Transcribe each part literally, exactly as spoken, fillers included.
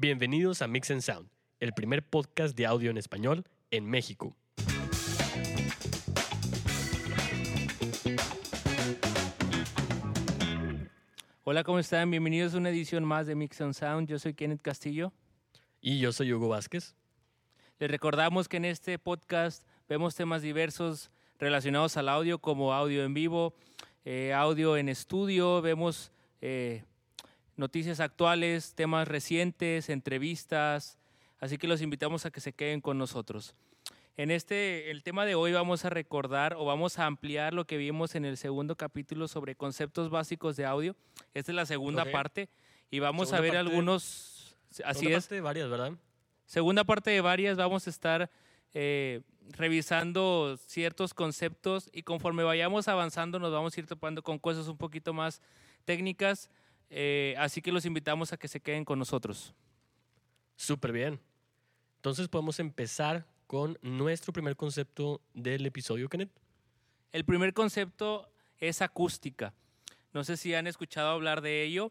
Bienvenidos a Mix and Sound, el primer podcast de audio en español en México. Hola, ¿cómo están? Bienvenidos a una edición más de Mix and Sound. Yo soy Kenneth Castillo. Y yo soy Hugo Vázquez. Les recordamos que en este podcast vemos temas diversos relacionados al audio, como audio en vivo, eh, audio en estudio, vemos eh, noticias actuales, temas recientes, entrevistas, así que los invitamos a que se queden con nosotros. En este, el tema de hoy vamos a recordar o vamos a ampliar lo que vimos en el segundo capítulo sobre conceptos básicos de audio. Esta es la segunda Okay. parte y vamos Segunda a ver parte- algunos, así Segunda es, parte de varias, ¿verdad? segunda parte de varias, vamos a estar eh, revisando ciertos conceptos y conforme vayamos avanzando nos vamos a ir topando con cosas un poquito más técnicas, eh, así que los invitamos a que se queden con nosotros. Súper bien. Entonces podemos empezar con nuestro primer concepto del episodio, Kenneth. El primer concepto es acústica. No sé si han escuchado hablar de ello,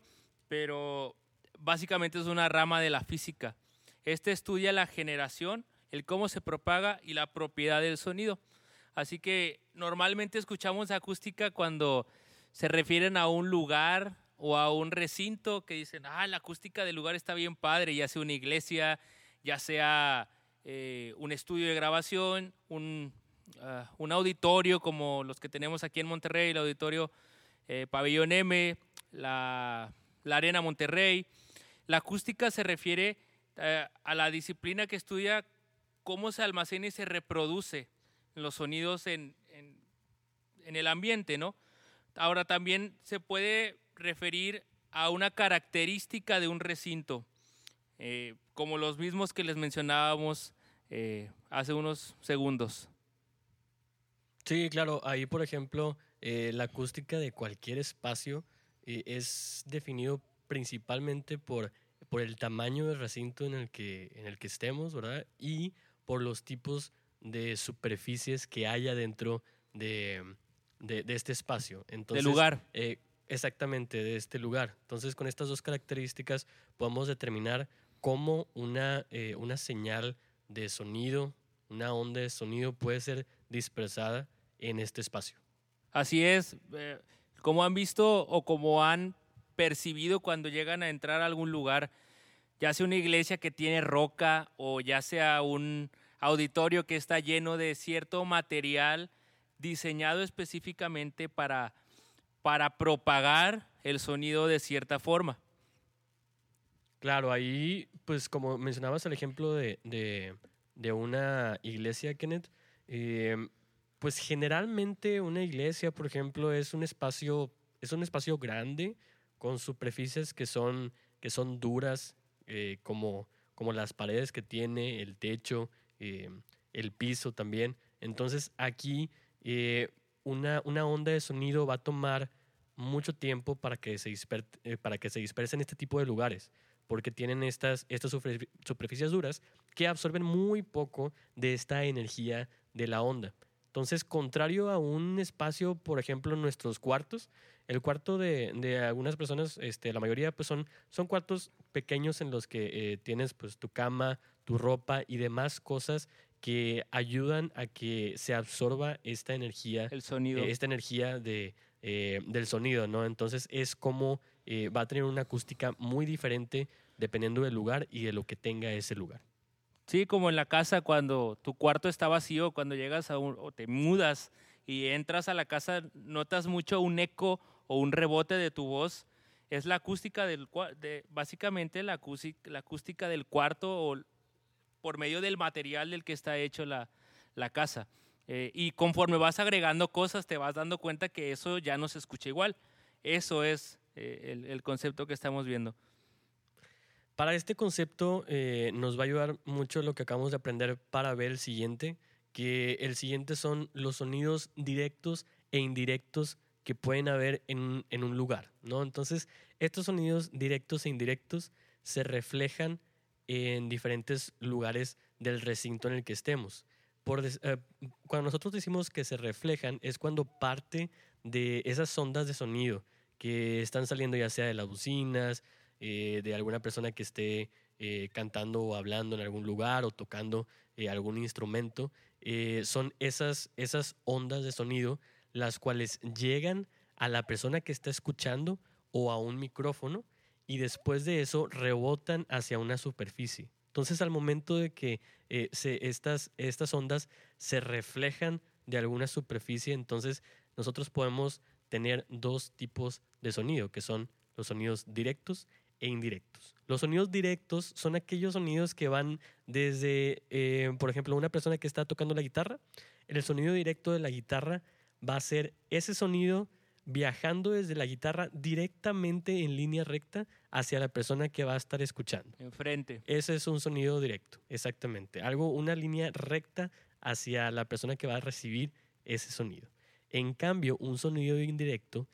pero básicamente es una rama de la física. Este estudia la generación, el cómo se propaga y la propiedad del sonido. Así que normalmente escuchamos acústica cuando se refieren a un lugar o a un recinto que dicen, ah, la acústica del lugar está bien padre, ya sea una iglesia, ya sea eh, un estudio de grabación, un, uh, un auditorio como los que tenemos aquí en Monterrey, el auditorio eh, Pabellón M, la, la Arena Monterrey. La acústica se refiere eh, a la disciplina que estudia cómo se almacena y se reproduce los sonidos en, en, en el ambiente, ¿no? Ahora también se puede referir a una característica de un recinto, eh, como los mismos que les mencionábamos eh, hace unos segundos. Sí, claro. Ahí, por ejemplo, eh, la acústica de cualquier espacio eh, es definido principalmente por, por el tamaño del recinto en el que, en el que estemos, ¿verdad? Y por los tipos de superficies que haya dentro de, de, de este espacio. Entonces, Del lugar. Eh, exactamente, de este lugar. Entonces, con estas dos características podemos determinar cómo una, eh, una señal de sonido, una onda de sonido puede ser dispersada en este espacio. Así es, eh, como han visto o como han percibido cuando llegan a entrar a algún lugar, ya sea una iglesia que tiene roca o ya sea un auditorio que está lleno de cierto material diseñado específicamente para, para propagar el sonido de cierta forma. Claro, ahí, pues como mencionabas el ejemplo de, de, de una iglesia, Kenneth, eh, pues generalmente una iglesia, por ejemplo, es un espacio, es un espacio grande con superficies que son, que son duras, eh, como, como las paredes que tiene, el techo, eh, el piso también. Entonces aquí eh, una, una onda de sonido va a tomar mucho tiempo para que se, disper, eh, para que se disperse en este tipo de lugares, porque tienen estas, estas superficies duras que absorben muy poco de esta energía de la onda. Entonces, contrario a un espacio, por ejemplo, en nuestros cuartos, el cuarto de, de algunas personas, este, la mayoría, pues son, son cuartos pequeños en los que eh, tienes pues, tu cama, tu ropa y demás cosas que ayudan a que se absorba esta energía, El sonido. eh, esta energía de, eh, del sonido, ¿no? Entonces es como eh, va a tener una acústica muy diferente dependiendo del lugar y de lo que tenga ese lugar. Sí, como en la casa cuando tu cuarto está vacío, cuando llegas a un, o te mudas y entras a la casa, notas mucho un eco o un rebote de tu voz. Es la acústica del de, básicamente la acústica, la acústica del cuarto o por medio del material del que está hecho la, la casa. Eh, y conforme vas agregando cosas, te vas dando cuenta que eso ya no se escucha igual. Eso es eh, el, el concepto que estamos viendo. Para este concepto eh, nos va a ayudar mucho lo que acabamos de aprender para ver el siguiente, que el siguiente son los sonidos directos e indirectos que pueden haber en, en un lugar, ¿no? Entonces, estos sonidos directos e indirectos se reflejan en diferentes lugares del recinto en el que estemos. Por des, eh, cuando nosotros decimos que se reflejan, es cuando parte de esas ondas de sonido que están saliendo ya sea de las bocinas, eh, de alguna persona que esté eh, cantando o hablando en algún lugar o tocando eh, algún instrumento. Eh, son esas, esas ondas de sonido las cuales llegan a la persona que está escuchando o a un micrófono y después de eso rebotan hacia una superficie. Entonces, al momento de que eh, se, estas, estas ondas se reflejan de alguna superficie, entonces nosotros podemos tener dos tipos de sonido, que son los sonidos directos e indirectos. Los sonidos directos son aquellos sonidos que van desde, eh, por ejemplo, una persona que está tocando la guitarra. El sonido directo de la guitarra va a ser ese sonido viajando desde la guitarra directamente en línea recta hacia la persona que va a estar escuchando. Enfrente. Ese es un sonido directo, exactamente. Algo, una línea recta hacia la persona que va a recibir ese sonido. En cambio, un sonido indirecto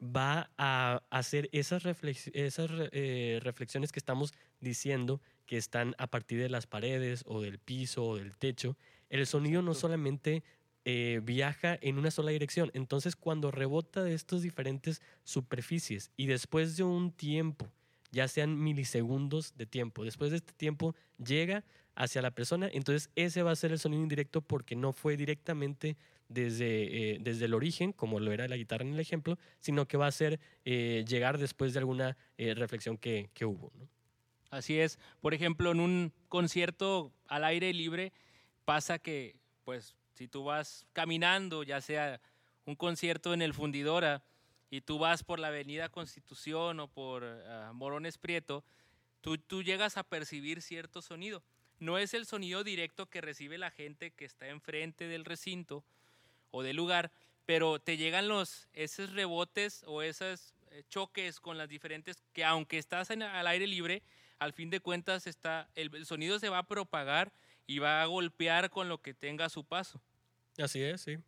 va a hacer esas, reflex esas eh, reflexiones que estamos diciendo que están a partir de las paredes o del piso o del techo. El sonido no solamente eh, viaja en una sola dirección. Entonces, cuando rebota de estas diferentes superficies y después de un tiempo, ya sean milisegundos de tiempo, después de este tiempo llega hacia la persona, entonces ese va a ser el sonido indirecto porque no fue directamente desde, eh, desde el origen, como lo era la guitarra en el ejemplo, sino que va a ser eh, llegar después de alguna eh, reflexión que, que hubo, ¿no? Así es. Por ejemplo, en un concierto al aire libre pasa que, pues, si tú vas caminando, ya sea un concierto en el Fundidora, y tú vas por la Avenida Constitución o por uh, Morones Prieto, tú, tú llegas a percibir cierto sonido. No es el sonido directo que recibe la gente que está enfrente del recinto o del lugar, pero te llegan los, esos rebotes o esos choques con las diferentes, que aunque estás en, al aire libre, al fin de cuentas está, el, el sonido se va a propagar y va a golpear con lo que tenga a su paso. Así es, sí.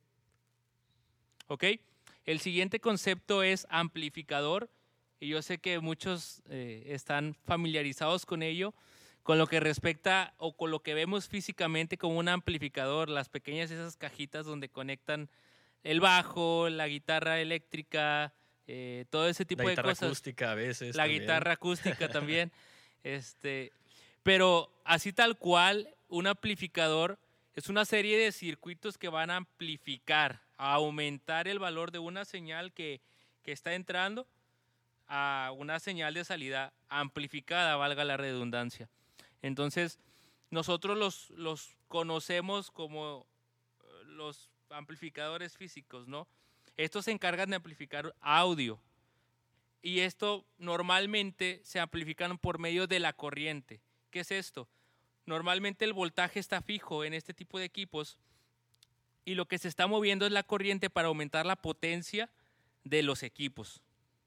¿Ok? El siguiente concepto es amplificador, y yo sé que muchos eh, están familiarizados con ello, con lo que respecta o con lo que vemos físicamente como un amplificador, las pequeñas esas cajitas donde conectan el bajo, la guitarra eléctrica, eh, todo ese tipo de cosas. La guitarra acústica a veces. La también. guitarra acústica también. Este, pero así tal cual, un amplificador es una serie de circuitos que van a amplificar, a aumentar el valor de una señal que, que está entrando a una señal de salida amplificada, valga la redundancia. Entonces, nosotros los, los conocemos como los amplificadores físicos, ¿no? Estos se encargan de amplificar audio. Y esto normalmente se amplifican por medio de la corriente. ¿Qué es esto? Normalmente el voltaje está fijo en este tipo de equipos y lo que se está moviendo es la corriente para aumentar la potencia de los equipos.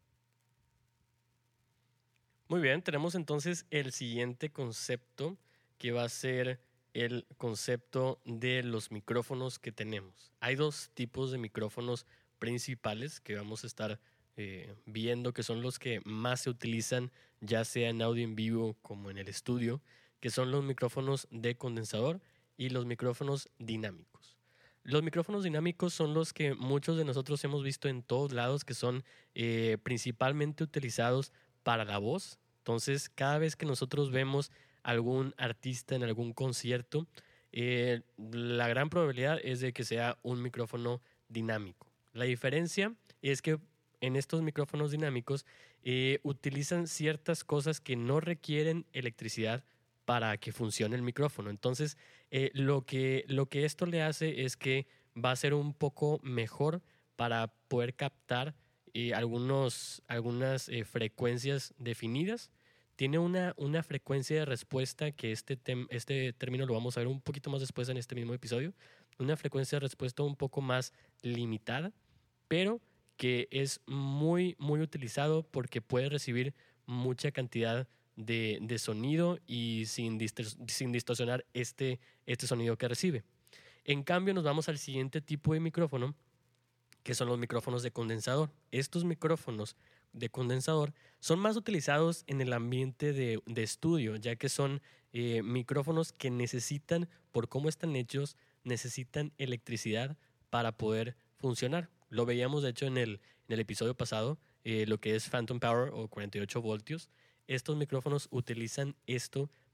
Muy bien, tenemos entonces el siguiente concepto que va a ser el concepto de los micrófonos que tenemos. Hay dos tipos de micrófonos principales que vamos a estar eh, viendo, que son los que más se utilizan, ya sea en audio en vivo como en el estudio, que son los micrófonos de condensador y los micrófonos dinámicos. Los micrófonos dinámicos son los que muchos de nosotros hemos visto en todos lados, que son eh, principalmente utilizados para la voz. Entonces, cada vez que nosotros vemos algún artista en algún concierto, eh, la gran probabilidad es de que sea un micrófono dinámico. La diferencia es que en estos micrófonos dinámicos eh, utilizan ciertas cosas que no requieren electricidad para que funcione el micrófono. Entonces, eh, lo que, lo que esto le hace es que va a ser un poco mejor para poder captar eh, algunos, algunas eh, frecuencias definidas. Tiene una, una frecuencia de respuesta que este, tem, este término lo vamos a ver un poquito más después en este mismo episodio. Una frecuencia de respuesta un poco más limitada, pero que es muy, muy utilizado porque puede recibir mucha cantidad de, de sonido y sin, distor- sin distorsionar este, este sonido que recibe. En cambio, nos vamos al siguiente tipo de micrófono, que son los micrófonos de condensador. Estos micrófonos de condensador son más utilizados en el ambiente de, de estudio, ya que son eh, micrófonos que necesitan, por cómo están hechos, necesitan electricidad para poder funcionar. Lo veíamos, de hecho, en el, en el episodio pasado, eh, lo que es Phantom Power o cuarenta y ocho voltios. Estos micrófonos utilizan esto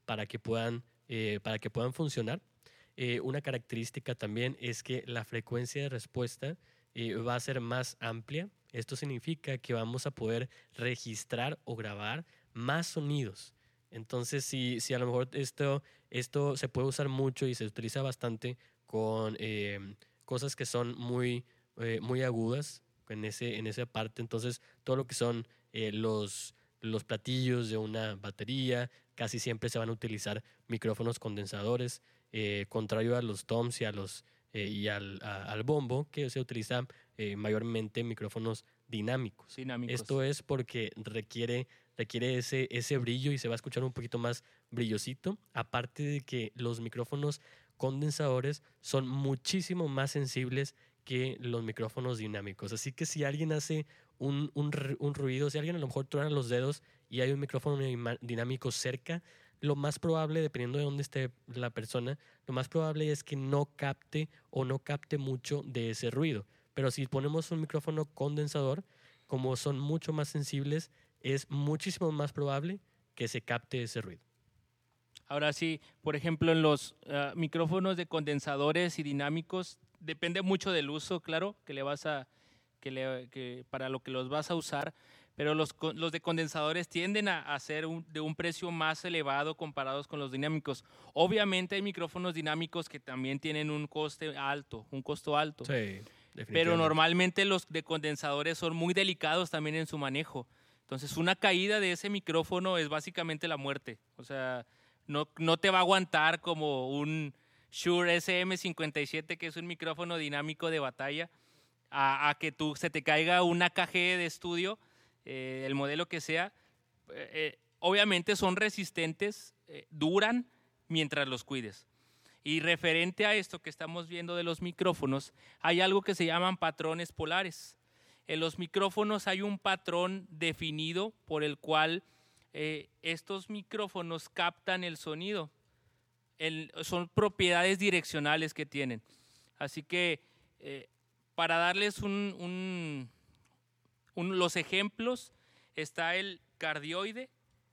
para que puedan, eh, para que puedan funcionar. Eh, una característica también es que la frecuencia de respuesta eh, va a ser más amplia. Esto significa que vamos a poder registrar o grabar más sonidos. Entonces, si, si a lo mejor esto, esto se puede usar mucho y se utiliza bastante con eh, cosas que son muy, eh, muy agudas en, ese, en esa parte, entonces todo lo que son eh, los, los platillos de una batería, casi siempre se van a utilizar micrófonos condensadores, eh, contrario a los toms y, a los, eh, y al, a, al bombo, que se utiliza eh, mayormente micrófonos dinámicos. Dinámicos. Esto es porque requiere, requiere ese, ese brillo y se va a escuchar un poquito más brillosito, aparte de que los micrófonos condensadores son muchísimo más sensibles que los micrófonos dinámicos. Así que si alguien hace un, un, un ruido, si alguien a lo mejor truena los dedos y hay un micrófono dinámico cerca, lo más probable, dependiendo de dónde esté la persona, lo más probable es que no capte o no capte mucho de ese ruido. Pero si ponemos un micrófono condensador, como son mucho más sensibles, es muchísimo más probable que se capte ese ruido. Ahora sí, por ejemplo, en los uh, micrófonos de condensadores y dinámicos, depende mucho del uso, claro, que le vas a, que le, que para lo que los vas a usar, pero los, los de condensadores tienden a, a ser un, de un precio más elevado comparados con los dinámicos. Obviamente hay micrófonos dinámicos que también tienen un coste alto, un costo alto. Sí, definitivamente. Pero normalmente los de condensadores son muy delicados también en su manejo. Entonces, una caída de ese micrófono es básicamente la muerte. O sea, no, no te va a aguantar como un Shure S M cincuenta y siete, que es un micrófono dinámico de batalla, a, a que tú, se te caiga una K G de estudio, eh, el modelo que sea. Eh, obviamente son resistentes, eh, duran mientras los cuides. Y referente a esto que estamos viendo de los micrófonos, hay algo que se llaman patrones polares. En los micrófonos hay un patrón definido por el cual eh, estos micrófonos captan el sonido. El, son propiedades direccionales que tienen. Así que eh, para darles un, un, un, los ejemplos, está el cardioide,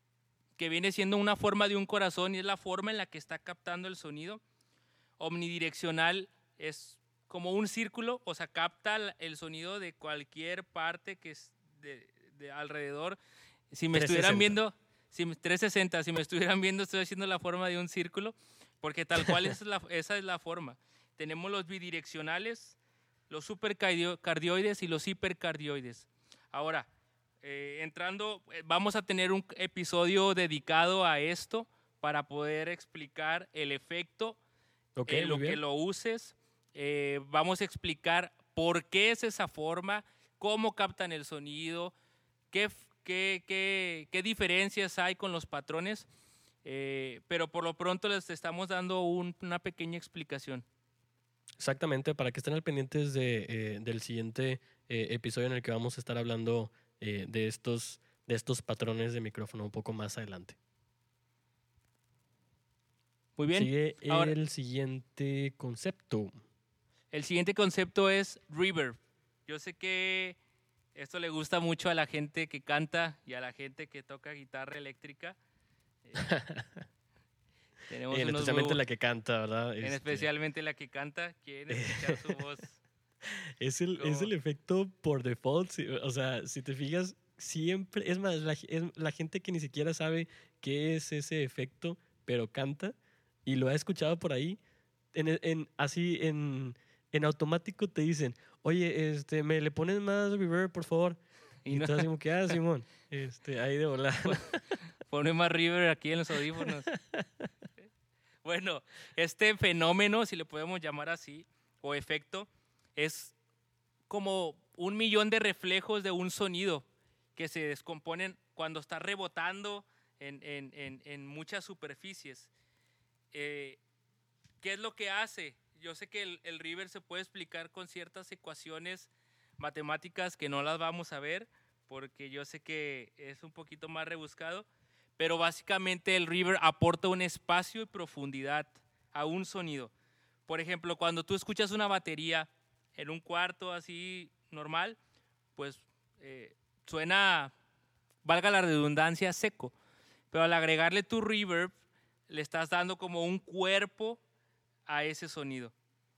que viene siendo una forma de un corazón y es la forma en la que está captando el sonido. Omnidireccional es como un círculo, o sea, capta el sonido de cualquier parte que es de, de alrededor. Si me estuvieran viendo, si, trescientos sesenta, si me estuvieran viendo, estoy haciendo la forma de un círculo, porque tal cual esa es la, esa es la forma. Tenemos los bidireccionales, los supercardioides y los hipercardioides. Ahora, eh, entrando, vamos a tener un episodio dedicado a esto para poder explicar el efecto, okay, en lo que lo uses. Eh, vamos a explicar por qué es esa forma, cómo captan el sonido, qué, qué, qué, qué diferencias hay con los patrones, eh, pero por lo pronto les estamos dando un, una pequeña explicación. Exactamente, para que estén al pendientes de, eh, del siguiente eh, episodio en el que vamos a estar hablando eh, de, estos, de estos patrones de micrófono un poco más adelante. Muy bien. Sigue Ahora, el siguiente concepto. El siguiente concepto es reverb. Yo sé que esto le gusta mucho a la gente que canta y a la gente que toca guitarra eléctrica. Eh, tenemos en unos especialmente huevos, la que canta, ¿verdad? En este... especialmente la que canta, quiere escuchar su voz. Es el, como... es el efecto por default. O sea, si te fijas, siempre... Es más, la, es la gente que ni siquiera sabe qué es ese efecto, pero canta y lo ha escuchado por ahí, en, en, así en... en automático te dicen, oye, este, ¿me le pones más reverb, por favor? Y, y no. Tú así como que, ah, Simón, este, ahí de volar. Pone más reverb aquí en los audífonos. Bueno, este fenómeno, si le podemos llamar así, o efecto, es como un millón de reflejos de un sonido que se descomponen cuando está rebotando en, en, en, en muchas superficies. Eh, ¿Qué es lo que hace? Yo sé que el, el reverb se puede explicar con ciertas ecuaciones matemáticas que no las vamos a ver, porque yo sé que es un poquito más rebuscado, pero básicamente el reverb aporta un espacio y profundidad a un sonido. Por ejemplo, cuando tú escuchas una batería en un cuarto así normal, pues eh, suena, valga la redundancia, seco, pero al agregarle tu reverb, le estás dando como un cuerpo a ese sonido.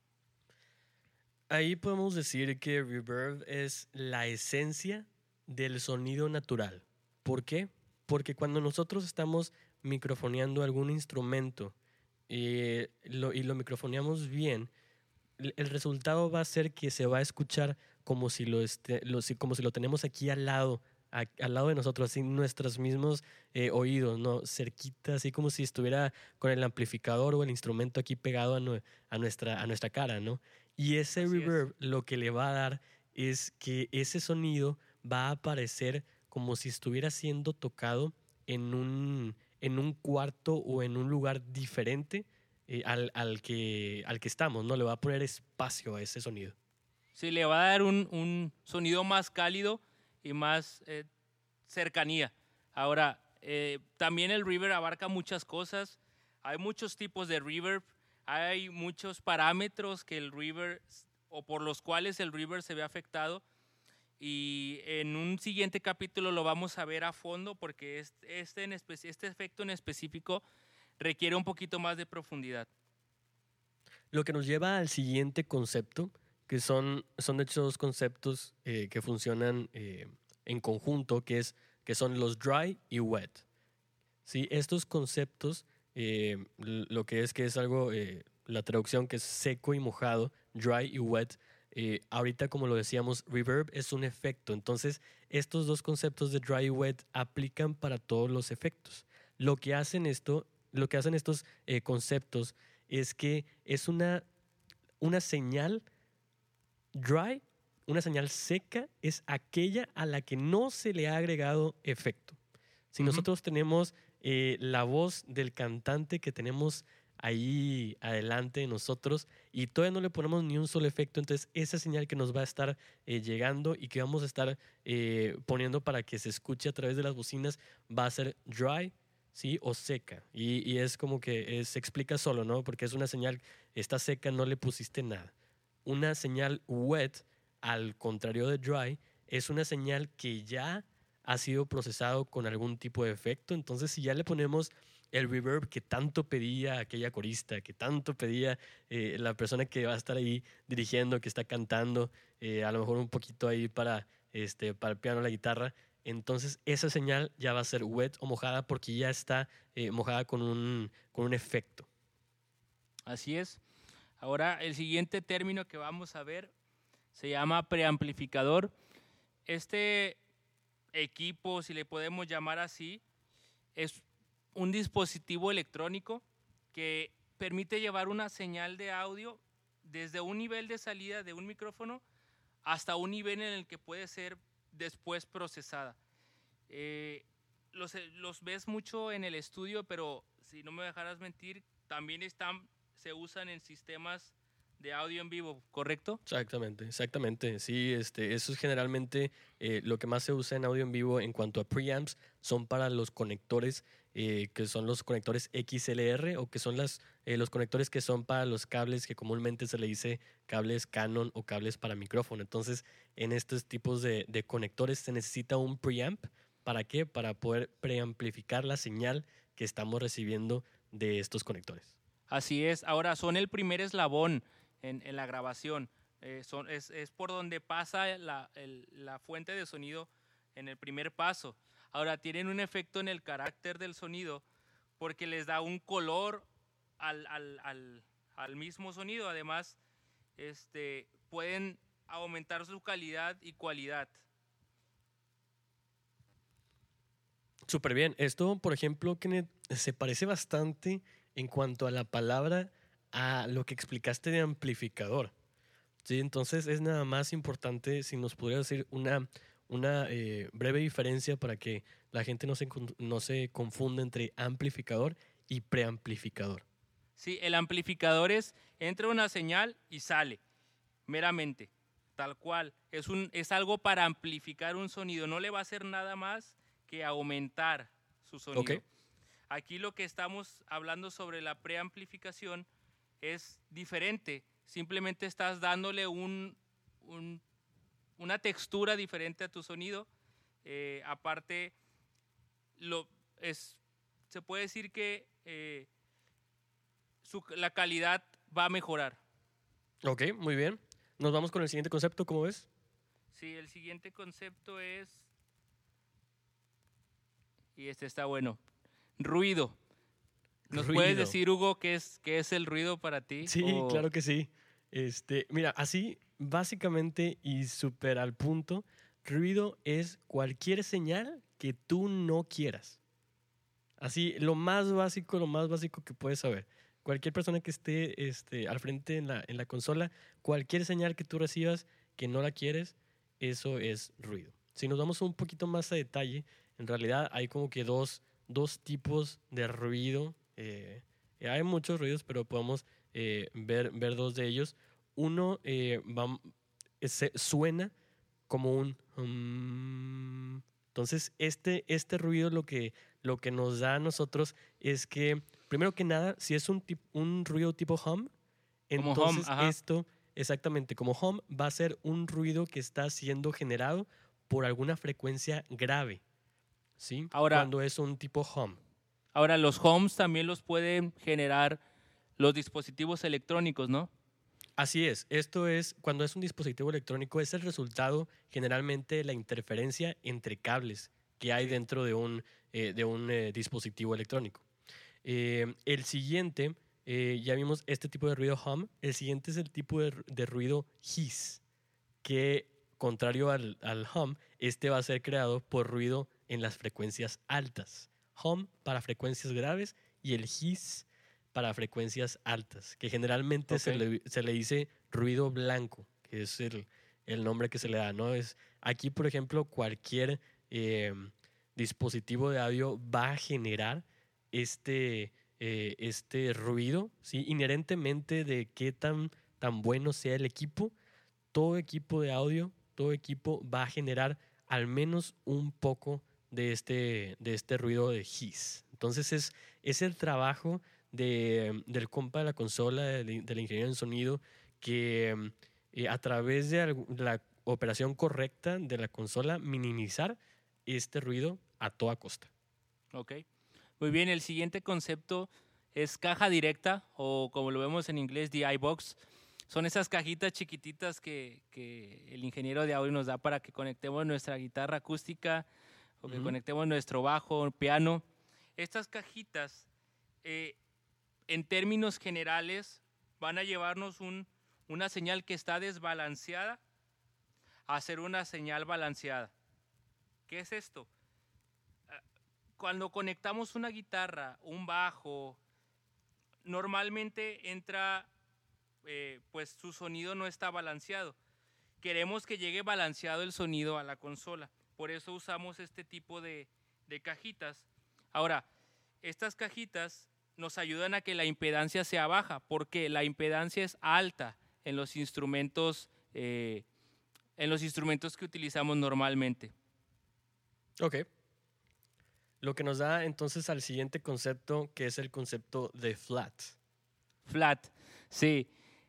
Ahí podemos decir que reverb es la esencia del sonido natural. ¿Por qué? Porque cuando nosotros estamos microfoneando algún instrumento eh, lo, y lo microfoneamos bien, el, el resultado va a ser que se va a escuchar como si lo, este, lo, si, como si lo tenemos aquí al lado, a, al lado de nosotros, así nuestros mismos eh, oídos, ¿no? Cerquita, así como si estuviera con el amplificador o el instrumento aquí pegado a, nue- a, nuestra, a nuestra cara, ¿no? Y ese Así es. reverb lo que le va a dar es que ese sonido va a aparecer como si estuviera siendo tocado en un, en un cuarto o en un lugar diferente eh, al, al, que, al que estamos, ¿no? Le va a poner espacio a ese sonido. Sí, le va a dar un, un sonido más cálido y más eh, cercanía. Ahora, eh, también el reverb abarca muchas cosas. Hay muchos tipos de reverb. Hay muchos parámetros que el reverb o por los cuales el reverb se ve afectado. Y en un siguiente capítulo lo vamos a ver a fondo porque este, este, en espe- este efecto en específico requiere un poquito más de profundidad. Lo que nos lleva al siguiente concepto, que son, son de hecho dos conceptos eh, que funcionan eh, en conjunto, que, es, que son los dry y wet. ¿Sí? Estos conceptos, eh, lo que es que es algo, eh, la traducción que es seco y mojado, dry y wet, eh, ahorita como lo decíamos, reverb es un efecto. Entonces, estos dos conceptos de dry y wet aplican para todos los efectos. Lo que hacen esto, lo que hacen estos eh, conceptos es que es una, una señal dry, una señal seca, es aquella a la que no se le ha agregado efecto. Si Ujú. nosotros tenemos eh, la voz del cantante que tenemos ahí adelante de nosotros y todavía no le ponemos ni un solo efecto, entonces esa señal que nos va a estar eh, llegando y que vamos a estar eh, poniendo para que se escuche a través de las bocinas va a ser dry, ¿sí? O seca. Y, y es como que eh, se explica solo, ¿no? Porque es una señal, está seca, no le pusiste nada. Una señal wet, al contrario de dry, es una señal que ya ha sido procesado con algún tipo de efecto. Entonces, si ya le ponemos el reverb que tanto pedía aquella corista, que tanto pedía eh, la persona que va a estar ahí dirigiendo, que está cantando, eh, a lo mejor un poquito ahí para, este, para el piano, la guitarra, entonces esa señal ya va a ser wet o mojada porque ya está eh, mojada con un, con un efecto. Así es. Ahora, el siguiente término que vamos a ver se llama preamplificador. Este equipo, si le podemos llamar así, es un dispositivo electrónico que permite llevar una señal de audio desde un nivel de salida de un micrófono hasta un nivel en el que puede ser después procesada. Eh, los, los ves mucho en el estudio, pero si no me dejaras mentir, también están, se usan en sistemas de audio en vivo, ¿correcto? Exactamente, exactamente. Sí, este, eso es generalmente eh, lo que más se usa en audio en vivo en cuanto a preamps, son para los conectores eh, que son los conectores X L R o que son las, eh, los conectores que son para los cables que comúnmente se le dice cables Canon o cables para micrófono. Entonces, en estos tipos de, de conectores se necesita un preamp. ¿Para qué? Para poder preamplificar la señal que estamos recibiendo de estos conectores. Así es. Ahora, son el primer eslabón en, en la grabación. Eh, son, es, es por donde pasa la, el, la fuente de sonido en el primer paso. Ahora, tienen un efecto en el carácter del sonido porque les da un color al, al, al, al mismo sonido. Además, este, pueden aumentar su calidad y cualidad. Súper bien. Esto, por ejemplo, Kenneth, se parece bastante en cuanto a la palabra a lo que explicaste de amplificador. Sí, entonces es nada más importante si nos pudiera decir una, una eh, breve diferencia para que la gente no se, no se confunda entre amplificador y preamplificador. Sí, el amplificador es, entra una señal y sale, meramente, tal cual. Es, un, es algo para amplificar un sonido, no le va a hacer nada más que aumentar su sonido. Ok. Aquí lo que estamos hablando sobre la preamplificación es diferente, simplemente estás dándole un, un, una textura diferente a tu sonido. Eh, aparte, lo, es, se puede decir que... Eh, su, la calidad va a mejorar. Ok, muy bien. Nos vamos con el siguiente concepto, ¿cómo ves? Sí, el siguiente concepto es, y este está bueno, ruido. ¿Nos Ruido. puedes decir, Hugo, qué es, qué es el ruido para ti? Sí, O- claro que sí. Este, mira, así básicamente y súper al punto, ruido es cualquier señal que tú no quieras. Así, lo más básico, lo más básico que puedes saber. Cualquier persona que esté este, al frente en la, en la consola, cualquier señal que tú recibas que no la quieres, eso es ruido. Si nos vamos un poquito más a detalle, en realidad hay como que dos, dos tipos de ruido. eh, eh, hay muchos ruidos, pero podemos eh, ver, ver dos de ellos. Uno eh, va- se- suena como un... hum. Entonces, este, este ruido lo que, lo que nos da a nosotros es que, primero que nada, si es un, tip- un ruido tipo hum, Como home, entonces ajá. esto, exactamente, como hum, va a ser un ruido que está siendo generado por alguna frecuencia grave, ¿sí? Ahora, Cuando es un tipo hum. ahora los homes también los pueden generar los dispositivos electrónicos, ¿no? Así es, esto es, cuando es un dispositivo electrónico, es el resultado generalmente de la interferencia entre cables que hay Sí. dentro de un, eh, de un eh, dispositivo electrónico. Eh, el siguiente, eh, ya vimos este tipo de ruido hum, el siguiente es el tipo de, de ruido hiss, que contrario al, al hum, este va a ser creado por ruido en las frecuencias altas. Hum para frecuencias graves y el hiss para frecuencias altas, que generalmente Ok. se, le, se le dice ruido blanco, que es el, el nombre que se le da, ¿no? Es, aquí, por ejemplo, cualquier eh, dispositivo de audio va a generar este, eh, este ruido, ¿sí? Inherentemente de qué tan, tan bueno sea el equipo. Todo equipo de audio, todo equipo va a generar al menos un poco de este, de este ruido de hiss. Entonces es, es el trabajo de, del compa de la consola, del, del ingeniero en sonido, que eh, a través de algu- la operación correcta de la consola, minimizar este ruido a toda costa. Ok. Muy bien, el siguiente concepto es caja directa o como lo vemos en inglés, D I box. Son esas cajitas chiquititas que, que el ingeniero de audio nos da para que conectemos nuestra guitarra acústica o que Ujú. conectemos nuestro bajo, piano. Estas cajitas, eh, en términos generales, van a llevarnos un, una señal que está desbalanceada a hacer una señal balanceada. ¿Qué es esto? Cuando conectamos una guitarra, un bajo, normalmente entra, eh, pues su sonido no está balanceado. Queremos que llegue balanceado el sonido a la consola. Por eso usamos este tipo de, de cajitas. Ahora, estas cajitas nos ayudan a que la impedancia sea baja, porque la impedancia es alta en los instrumentos, eh, en los instrumentos que utilizamos normalmente. Ok. Lo que nos da entonces al siguiente concepto, que es el concepto de flat. Flat, sí.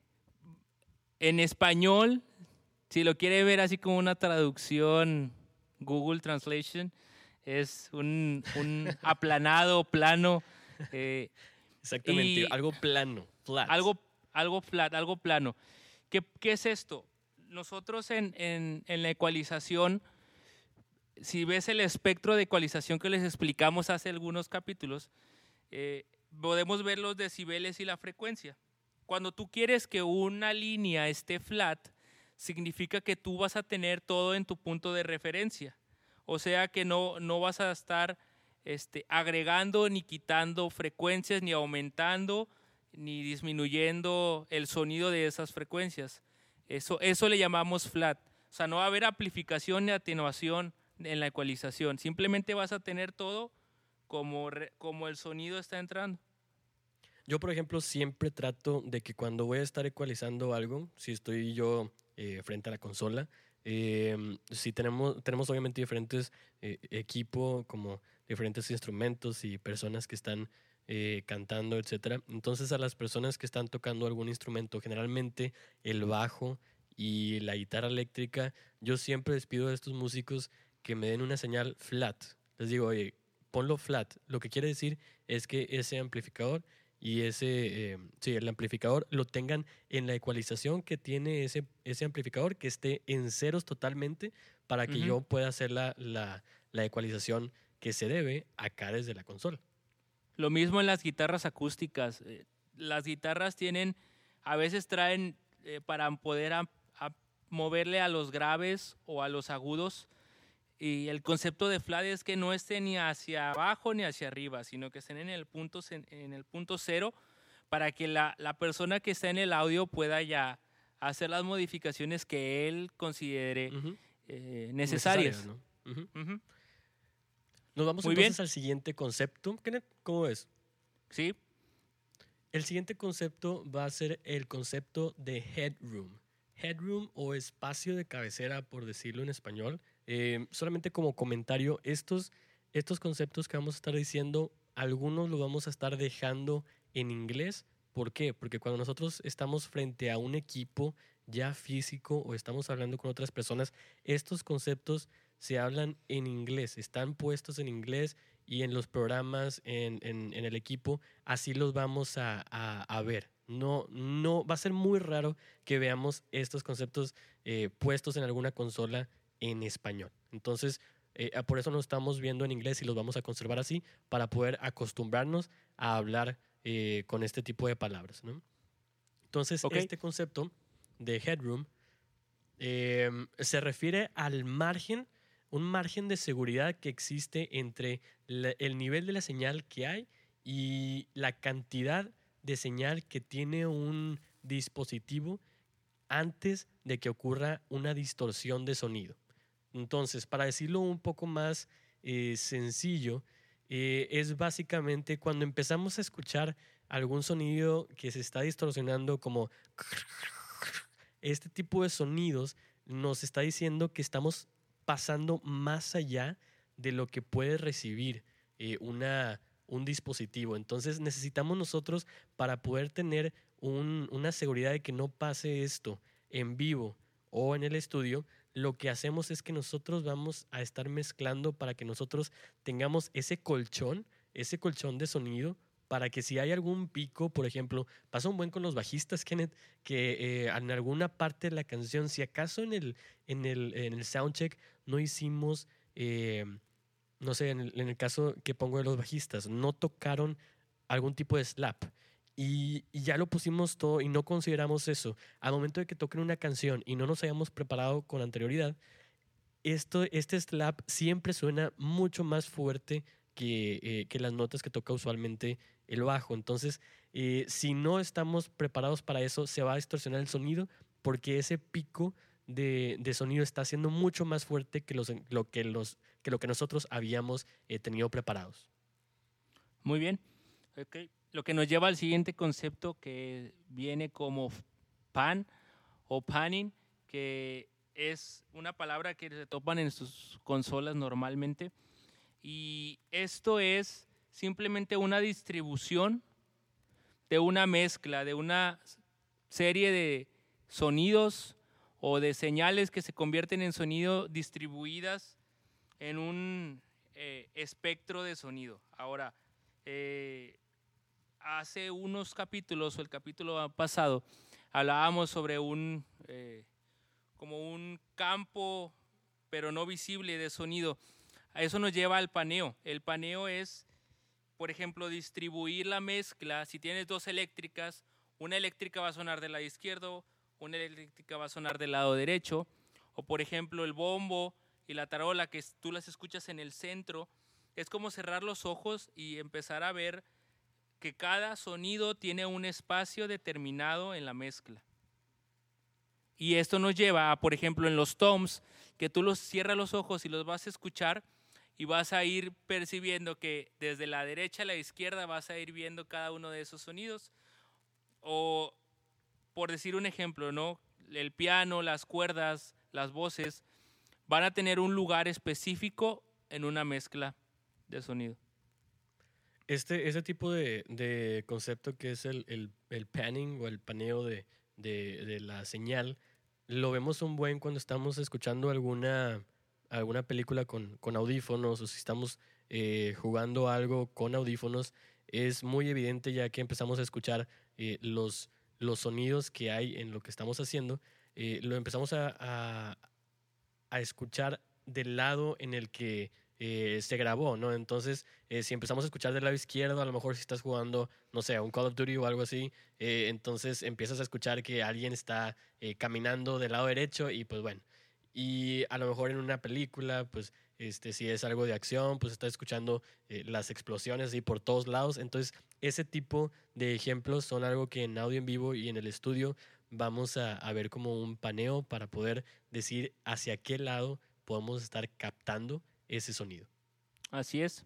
En español, si lo quiere ver así como una traducción Google Translation, es un, un aplanado, plano. eh, Exactamente, y algo plano, flat. algo, algo flat, algo plano. ¿Qué, qué es esto? Nosotros en, en, en la ecualización, si ves el espectro de ecualización que les explicamos hace algunos capítulos, eh, podemos ver los decibeles y la frecuencia. Cuando tú quieres que una línea esté flat, significa que tú vas a tener todo en tu punto de referencia. O sea que no, no vas a estar este, agregando ni quitando frecuencias, ni aumentando, ni disminuyendo el sonido de esas frecuencias. Eso, eso le llamamos flat. O sea, no va a haber amplificación ni atenuación en la ecualización. Simplemente vas a tener todo como, re, como el sonido está entrando. Yo, por ejemplo, siempre trato de que cuando voy a estar ecualizando algo, si estoy yo eh, frente a la consola, eh, si tenemos, tenemos obviamente diferentes eh, equipo, como diferentes instrumentos y personas que están eh, cantando, etcétera. Entonces, a las personas que están tocando algún instrumento, generalmente el bajo y la guitarra eléctrica, yo siempre les pido a estos músicos que me den una señal flat. Les digo, oye, ponlo flat. Lo que quiere decir es que ese amplificador y ese, eh, sí, el amplificador lo tengan en la ecualización que tiene ese, ese amplificador, que esté en ceros totalmente para que Ujú. yo pueda hacer la, la, la ecualización que se debe acá desde la consola. Lo mismo en las guitarras acústicas. Eh, Las guitarras tienen, a veces traen eh, para poder a- a moverle a los graves o a los agudos. Y el concepto de flat es que no estén ni hacia abajo ni hacia arriba, sino que estén en el punto, ce- en el punto cero para que la, la persona que está en el audio pueda ya hacer las modificaciones que él considere Ujú. eh, Necesarias, necesarias. ¿no? Ujú. Ujú. Nos vamos Muy bien, entonces al siguiente concepto. Kenneth, ¿cómo ves? sí. El siguiente concepto va a ser el concepto de headroom. Headroom o espacio de cabecera, por decirlo en español. Eh, solamente como comentario, estos, estos conceptos que vamos a estar diciendo, algunos los vamos a estar dejando en inglés. ¿Por qué? Porque cuando nosotros estamos frente a un equipo ya físico o estamos hablando con otras personas, estos conceptos se hablan en inglés, están puestos en inglés y en los programas, en, en, en el equipo, así los vamos a, a, a ver. No, no, va a ser muy raro que veamos estos conceptos eh, puestos en alguna consola en español. Entonces, eh, por eso nos estamos viendo en inglés y los vamos a conservar así para poder acostumbrarnos a hablar eh, con este tipo de palabras, ¿no? Entonces, Ok. este concepto de headroom eh, se refiere al margen, un margen de seguridad que existe entre la- el nivel de la señal que hay y la cantidad de señal que tiene un dispositivo antes de que ocurra una distorsión de sonido. Entonces, para decirlo un poco más eh, sencillo, eh, es básicamente cuando empezamos a escuchar algún sonido que se está distorsionando como este tipo de sonidos nos está diciendo que estamos pasando más allá de lo que puede recibir eh, una, un dispositivo. Entonces necesitamos nosotros para poder tener un- una seguridad de que no pase esto en vivo o en el estudio, lo que hacemos es que nosotros vamos a estar mezclando para que nosotros tengamos ese colchón, ese colchón de sonido, para que si hay algún pico, por ejemplo, pasa un buen con los bajistas, Kenneth, que eh, en alguna parte de la canción, si acaso en el, en el, en el soundcheck no hicimos, eh, no sé, en el, en el caso que pongo de los bajistas, no tocaron algún tipo de slap. Y, y ya lo pusimos todo y no consideramos eso. Al momento de que toquen una canción y no nos hayamos preparado con anterioridad, esto, este slap siempre suena mucho más fuerte que, eh, que las notas que toca usualmente el bajo. Entonces, eh, si no estamos preparados para eso, se va a distorsionar el sonido porque ese pico de, de sonido está siendo mucho más fuerte que, los, lo, que, los, que lo que nosotros habíamos eh, tenido preparados. Muy bien. Ok. Lo que nos lleva al siguiente concepto que viene como f- pan o panning, que es una palabra que se topan en sus consolas normalmente. Y esto es simplemente una distribución de una mezcla, de una serie de sonidos o de señales que se convierten en sonido distribuidas en un eh, espectro de sonido. Ahora, eh, hace unos capítulos, o el capítulo pasado, hablábamos sobre un, eh, como un campo, pero no visible de sonido. A eso nos lleva al paneo. El paneo es, por ejemplo, distribuir la mezcla. Si tienes dos eléctricas, una eléctrica va a sonar del lado izquierdo, una eléctrica va a sonar del lado derecho. O, por ejemplo, el bombo y la tarola, que tú las escuchas en el centro. Es como cerrar los ojos y empezar a ver que cada sonido tiene un espacio determinado en la mezcla. Y esto nos lleva a, por ejemplo, en los toms, que tú los cierras los ojos y los vas a escuchar y vas a ir percibiendo que desde la derecha a la izquierda vas a ir viendo cada uno de esos sonidos. O, por decir un ejemplo, ¿no? El piano, las cuerdas, las voces van a tener un lugar específico en una mezcla de sonido. Este, ese tipo de, de concepto que es el, el, el panning o el paneo de, de, de la señal, lo vemos un buen cuando estamos escuchando alguna, alguna película con, con audífonos o si estamos eh, jugando algo con audífonos. es muy evidente ya que empezamos a escuchar eh, los, los sonidos que hay en lo que estamos haciendo. Eh, lo empezamos a, a, a escuchar del lado en el que eh, se grabó, ¿no? Entonces, eh, si empezamos a escuchar del lado izquierdo, a lo mejor si estás jugando, no sé, un Call of Duty o algo así, eh, entonces empiezas a escuchar que alguien está eh, caminando del lado derecho y pues bueno. Y a lo mejor en una película, pues este, si es algo de acción, pues estás escuchando eh, las explosiones así por todos lados. Entonces, ese tipo de ejemplos son algo que en audio en vivo y en el estudio vamos a, a ver como un paneo para poder decir hacia qué lado podemos estar captando ese sonido. Así es.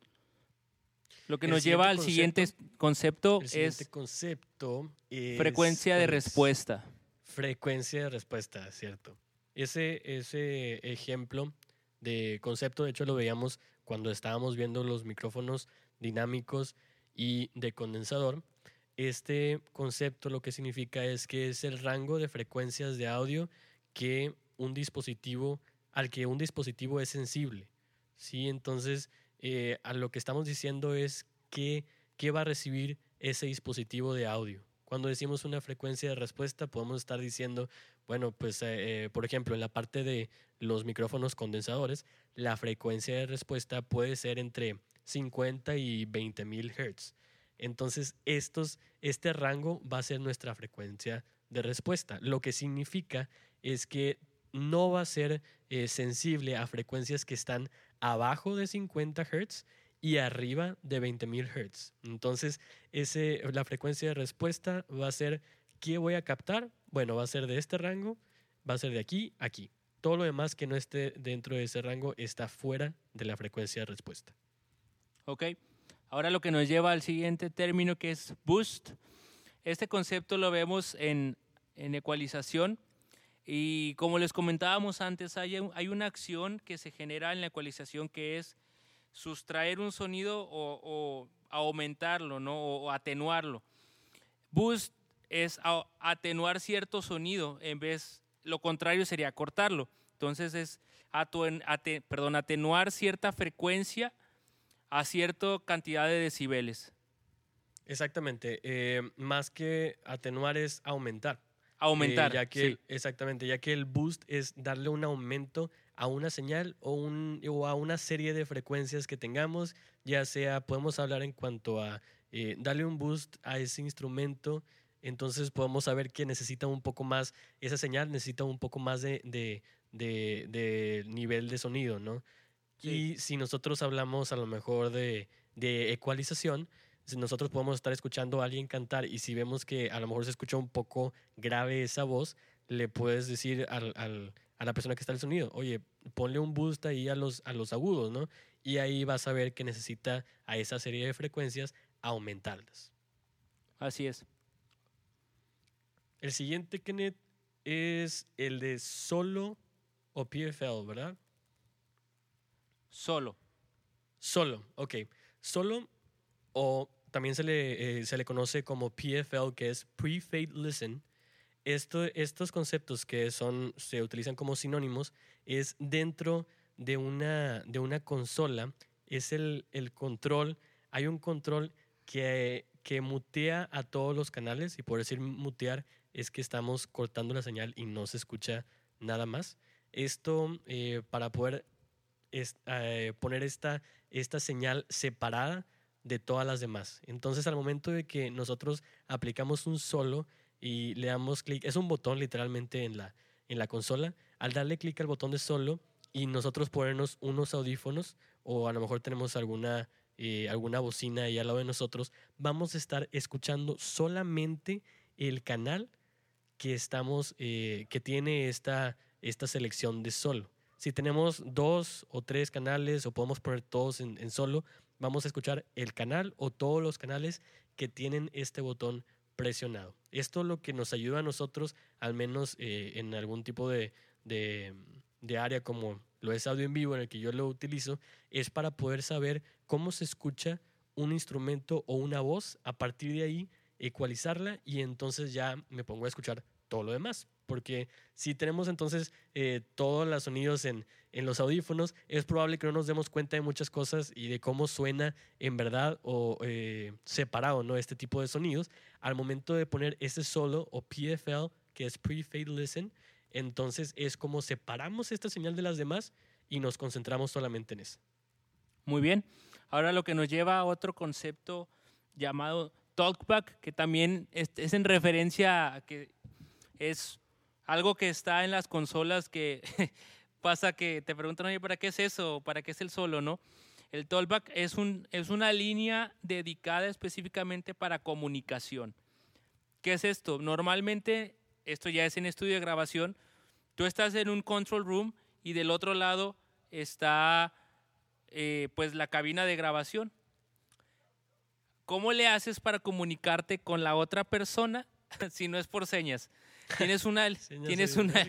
Lo que El nos lleva al siguiente siguiente concepto El siguiente es concepto es frecuencia de ¿cuál es? respuesta. Frecuencia de respuesta, cierto. Ese, ese ejemplo de concepto, de hecho, lo veíamos cuando estábamos viendo los micrófonos dinámicos y de condensador. Este concepto lo que significa es que es el rango de frecuencias de audio que un dispositivo, al que un dispositivo es sensible. ¿Sí? Entonces, eh, a lo que estamos diciendo es que, qué va a recibir ese dispositivo de audio. Cuando decimos una frecuencia de respuesta, podemos estar diciendo, bueno, pues, eh, eh, por ejemplo, en la parte de los micrófonos condensadores, la frecuencia de respuesta puede ser entre cincuenta y veinte mil hertz. Entonces, estos, este rango va a ser nuestra frecuencia de respuesta. Lo que significa es que no va a ser eh, sensible a frecuencias que están abajo de cincuenta hertz y arriba de veinte mil hertz. Entonces, ese, la frecuencia de respuesta va a ser, ¿qué voy a captar? Bueno, va a ser de este rango, va a ser de aquí a aquí. Todo lo demás que no esté dentro de ese rango está fuera de la frecuencia de respuesta. Ok. Ahora lo que nos lleva al siguiente término, que es boost. Este concepto lo vemos en, en ecualización y como les comentábamos antes, hay, hay una acción que se genera en la ecualización que es sustraer un sonido o, o aumentarlo, ¿no? o, o atenuarlo. Boost es a, atenuar cierto sonido, en vez, lo contrario sería cortarlo. Entonces es atuen, ate, perdón, atenuar cierta frecuencia a cierta cantidad de decibeles. Exactamente. Eh, más que atenuar es aumentar. Aumentar, eh, ya que sí. el, exactamente, ya que el boost es darle un aumento a una señal o, un, o a una serie de frecuencias que tengamos, ya sea, podemos hablar en cuanto a eh, darle un boost a ese instrumento, entonces podemos saber que necesita un poco más, esa señal necesita un poco más de, de, de, de nivel de sonido, ¿no? Sí. Y si nosotros hablamos a lo mejor de, de ecualización, si nosotros podemos estar escuchando a alguien cantar y si vemos que a lo mejor se escucha un poco grave esa voz, le puedes decir al, al, a la persona que está en el sonido, oye, ponle un boost ahí a los, a los agudos, ¿no? Y ahí vas a ver que necesita a esa serie de frecuencias aumentarlas. Así es. El siguiente, Kenneth, es el de solo o P F L, ¿verdad? Solo. Solo, ok. Solo o también se le, eh, se le conoce como P F L, que es Pre-Fade Listen. Esto, estos conceptos que son, se utilizan como sinónimos es dentro de una, de una consola, es el, el control, hay un control que, que mutea a todos los canales, y por decir mutear es que estamos cortando la señal y no se escucha nada más. Esto eh, para poder es, eh, poner esta, esta señal separada de todas las demás. Entonces, al momento de que nosotros aplicamos un solo y le damos clic, es un botón literalmente en la, en la consola, al darle clic al botón de solo y nosotros ponernos unos audífonos o a lo mejor tenemos alguna, eh, alguna bocina ahí al lado de nosotros, vamos a estar escuchando solamente el canal que, estamos, eh, que tiene esta, esta selección de solo. Si tenemos dos o tres canales o podemos poner todos en, en solo, vamos a escuchar el canal o todos los canales que tienen este botón presionado. Esto lo que nos ayuda a nosotros, al menos eh, en algún tipo de, de, de área como lo es audio en vivo en el que yo lo utilizo, es para poder saber cómo se escucha un instrumento o una voz, a partir de ahí ecualizarla y entonces ya me pongo a escuchar todo lo demás. Porque si tenemos entonces eh, todos los sonidos en, en los audífonos, es probable que no nos demos cuenta de muchas cosas y de cómo suena en verdad o eh, separado, ¿no? Este tipo de sonidos. Al momento de poner ese solo o P F L, que es Pre-Fade Listen, entonces es como separamos esta señal de las demás y nos concentramos solamente en eso. Muy bien. Ahora lo que nos lleva a otro concepto llamado Talkback, que también es, es en referencia a que es algo que está en las consolas que pasa que te preguntan, oye, ¿para qué es eso? ¿Para qué es el solo, no? El Talkback es, un, es una línea dedicada específicamente para comunicación. ¿Qué es esto? Normalmente, esto ya es en estudio de grabación, tú estás en un control room y del otro lado está eh, pues la cabina de grabación. ¿Cómo le haces para comunicarte con la otra persona si no es por señas? Tienes una, tienes una,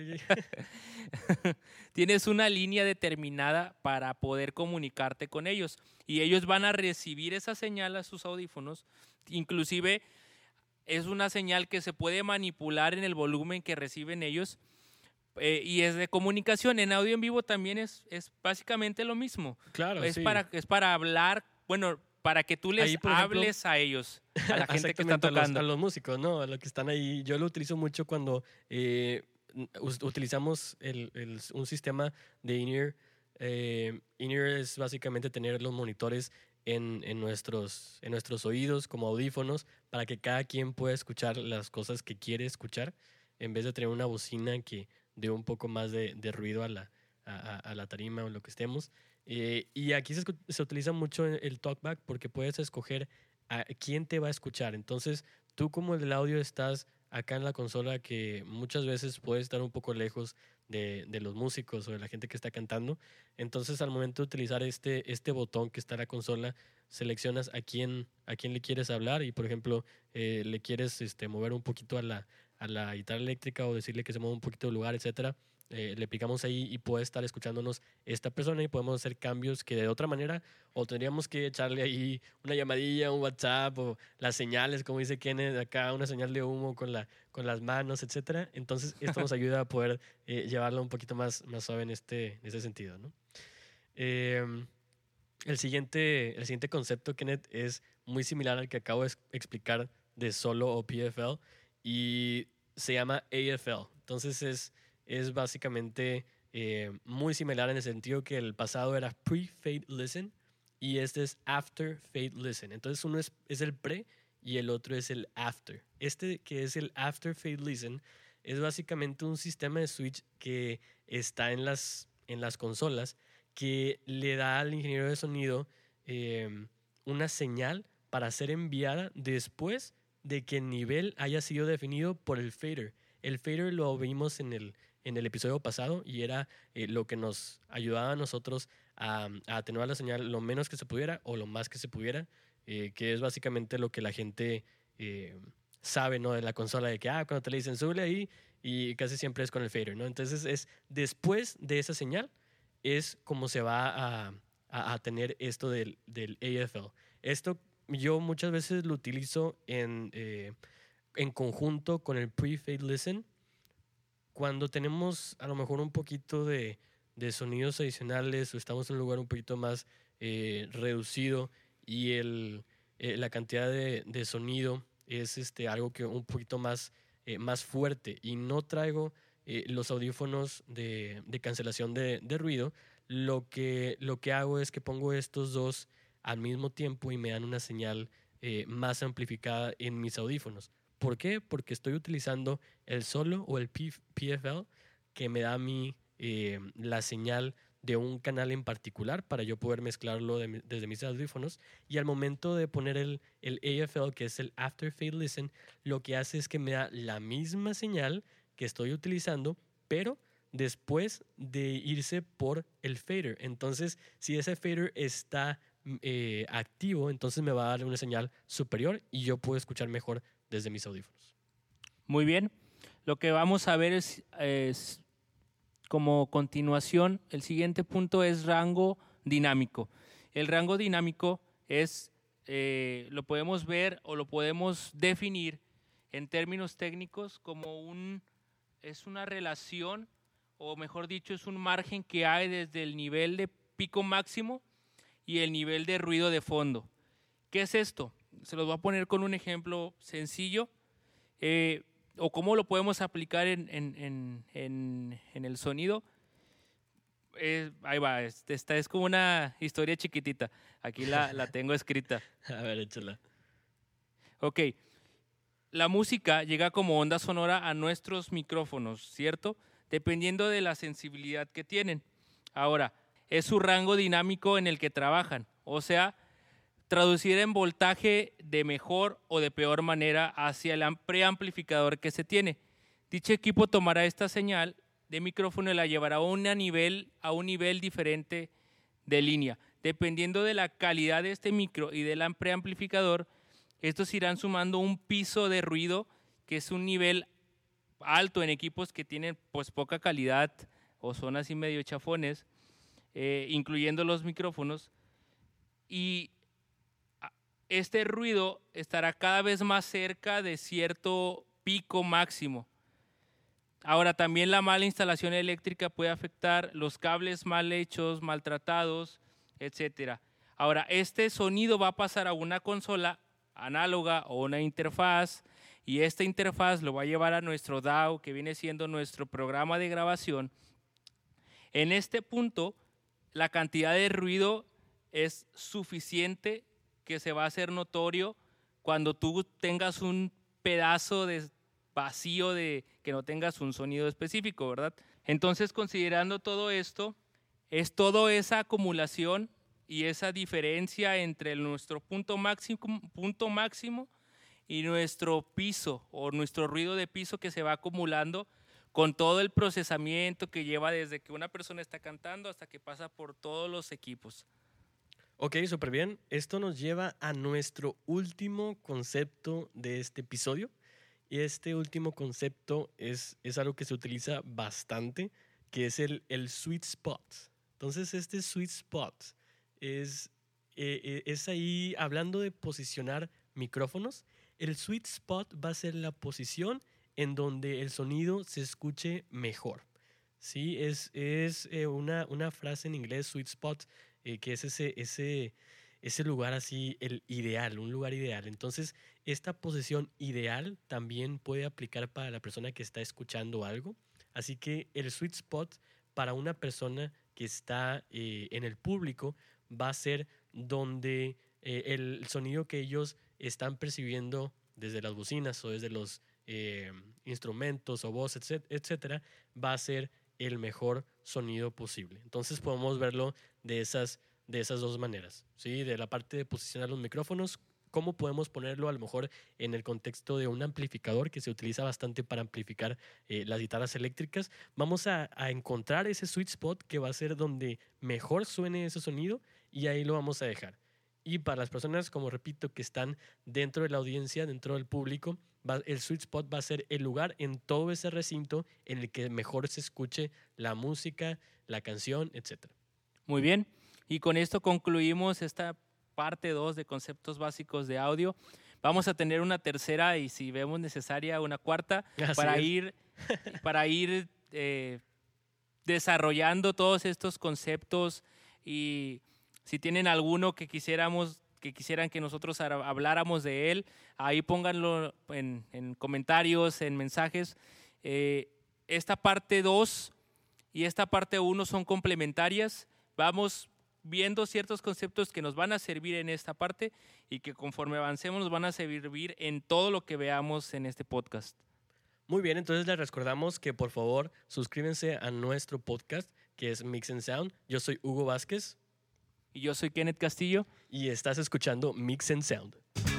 tienes una línea determinada para poder comunicarte con ellos y ellos van a recibir esa señal a sus audífonos. Inclusive es una señal que se puede manipular en el volumen que reciben ellos eh, y es de comunicación. En audio en vivo también es, es básicamente lo mismo. Claro, es sí. Para, es para hablar, bueno, para que tú les ahí, por hables ejemplo, a ellos, a la gente que está a los, tocando. a los músicos, ¿no? A los que están ahí. Yo lo utilizo mucho cuando eh, utilizamos el, el, un sistema de in-ear. Eh, in-ear es básicamente tener los monitores en, en, nuestros, en nuestros oídos como audífonos para que cada quien pueda escuchar las cosas que quiere escuchar en vez de tener una bocina que dé un poco más de, de ruido a la, a, a la tarima o lo que estemos. Eh, y aquí se, se utiliza mucho el talkback porque puedes escoger a quién te va a escuchar. Entonces, tú como el audio estás acá en la consola, que muchas veces puedes estar un poco lejos de, de los músicos o de la gente que está cantando. Entonces, al momento de utilizar este, este botón que está en la consola, seleccionas a quién, a quién le quieres hablar y, por ejemplo, eh, le quieres este, mover un poquito a la, a la guitarra eléctrica o decirle que se mueva un poquito de lugar, etcétera. Eh, le picamos ahí y puede estar escuchándonos esta persona y podemos hacer cambios que de otra manera o tendríamos que echarle ahí una llamadilla, un WhatsApp o las señales, como dice Kenneth acá, una señal de humo con, la, con las manos, etcétera. Entonces esto nos ayuda a poder eh, llevarlo un poquito más, más suave en este, en ese sentido, ¿no? Eh, el, siguiente, el siguiente concepto, Kenneth, es muy similar al que acabo de explicar de solo o P F L y se llama A F L. Entonces es es básicamente eh, muy similar en el sentido que el pasado era pre-fade listen y este es after fade listen. Entonces uno es, es el pre y el otro es el after. Este que es el after fade listen es básicamente un sistema de switch que está en las, en las consolas que le da al ingeniero de sonido eh, una señal para ser enviada después de que el nivel haya sido definido por el fader. El fader lo vimos en el en el episodio pasado y era eh, lo que nos ayudaba a nosotros a, a atenuar la señal lo menos que se pudiera o lo más que se pudiera, eh, que es básicamente lo que la gente eh, sabe, ¿no? De la consola, de que ah, cuando te le dicen sube ahí y casi siempre es con el fader, ¿no? Entonces es después de esa señal es como se va a, a, a tener esto del, del A F L. Esto yo muchas veces lo utilizo en, eh, en conjunto con el pre-fade listen. Cuando tenemos a lo mejor un poquito de, de sonidos adicionales o estamos en un lugar un poquito más eh, reducido y el, eh, la cantidad de, de sonido es este, algo que un poquito más, eh, más fuerte y no traigo eh, los audífonos de, de cancelación de, de ruido, lo que, lo que hago es que pongo estos dos al mismo tiempo y me dan una señal eh, más amplificada en mis audífonos. ¿Por qué? Porque estoy utilizando el solo o el P F L que me da a mí eh, la señal de un canal en particular para yo poder mezclarlo de, desde mis audífonos. Y al momento de poner el, el A F L, que es el After Fade Listen, lo que hace es que me da la misma señal que estoy utilizando, pero después de irse por el fader. Entonces, si ese fader está eh, activo, entonces me va a dar una señal superior y yo puedo escuchar mejor desde mis audífonos. Muy bien. Lo que vamos a ver es, es como continuación, el siguiente punto es rango dinámico. El rango dinámico es, eh, lo podemos ver o lo podemos definir en términos técnicos como un es una relación, o mejor dicho, es un margen que hay desde el nivel de pico máximo y el nivel de ruido de fondo. ¿Qué es esto? Se los voy a poner con un ejemplo sencillo, eh, o cómo lo podemos aplicar en, en, en, en, en el sonido. Eh, ahí va, esta es como una historia chiquitita. Aquí la, la tengo escrita. A ver, échala. Ok, la música llega como onda sonora a nuestros micrófonos, ¿cierto? Dependiendo de la sensibilidad que tienen. Ahora, es su rango dinámico en el que trabajan, o sea, traducir en voltaje de mejor o de peor manera hacia el preamplificador que se tiene. Dicho equipo tomará esta señal de micrófono y la llevará a un nivel, a un nivel diferente de línea. Dependiendo de la calidad de este micro y del preamplificador, estos irán sumando un piso de ruido, que es un nivel alto en equipos que tienen pues poca calidad o son así medio chafones, eh, incluyendo los micrófonos. Y este ruido estará cada vez más cerca de cierto pico máximo. Ahora, también la mala instalación eléctrica puede afectar los cables mal hechos, maltratados, etcétera. Ahora, este sonido va a pasar a una consola análoga o una interfaz, y esta interfaz lo va a llevar a nuestro D A W, que viene siendo nuestro programa de grabación. En este punto, la cantidad de ruido es suficiente, que se va a hacer notorio cuando tú tengas un pedazo de vacío, de que no tengas un sonido específico, ¿verdad? Entonces, considerando todo esto, es toda esa acumulación y esa diferencia entre nuestro punto máximo, punto máximo y nuestro piso o nuestro ruido de piso, que se va acumulando con todo el procesamiento que lleva desde que una persona está cantando hasta que pasa por todos los equipos. Ok, súper bien. Esto nos lleva a nuestro último concepto de este episodio. Y este último concepto es, es algo que se utiliza bastante, que es el, el sweet spot. Entonces, este sweet spot es, eh, es ahí, hablando de posicionar micrófonos, el sweet spot va a ser la posición en donde el sonido se escuche mejor. Sí, es, es eh, una, una frase en inglés, sweet spot, eh, que es ese, ese, ese lugar así, el ideal, un lugar ideal. Entonces, esta posición ideal también puede aplicar para la persona que está escuchando algo. Así que el sweet spot para una persona que está eh, en el público va a ser donde eh, el sonido que ellos están percibiendo desde las bocinas o desde los eh, instrumentos o voz, etcétera, va a ser el mejor sonido posible. Entonces podemos verlo de esas, de esas dos maneras, ¿sí? De la parte de posicionar los micrófonos, cómo podemos ponerlo a lo mejor en el contexto de un amplificador que se utiliza bastante para amplificar eh, las guitarras eléctricas. Vamos a, a encontrar ese sweet spot que va a ser donde mejor suene ese sonido, y ahí lo vamos a dejar. Y para las personas, como repito, que están dentro de la audiencia, dentro del público, va, el sweet spot va a ser el lugar en todo ese recinto en el que mejor se escuche la música, la canción, etcétera. Muy bien, y con esto concluimos esta parte dos de conceptos básicos de audio. Vamos a tener una tercera y, si vemos necesaria, una cuarta, Así para es. ir, para ir eh, desarrollando todos estos conceptos. Y si tienen alguno que quisiéramos, que quisieran que nosotros habláramos de él, ahí pónganlo en, en comentarios, en mensajes. Eh, esta parte dos y esta parte uno son complementarias. Vamos viendo ciertos conceptos que nos van a servir en esta parte y que conforme avancemos nos van a servir en todo lo que veamos en este podcast. Muy bien, entonces les recordamos que por favor suscríbanse a nuestro podcast, que es Mix and Sound. Yo soy Hugo Vázquez. Y yo soy Kenneth Castillo. Y estás escuchando Mix and Sound.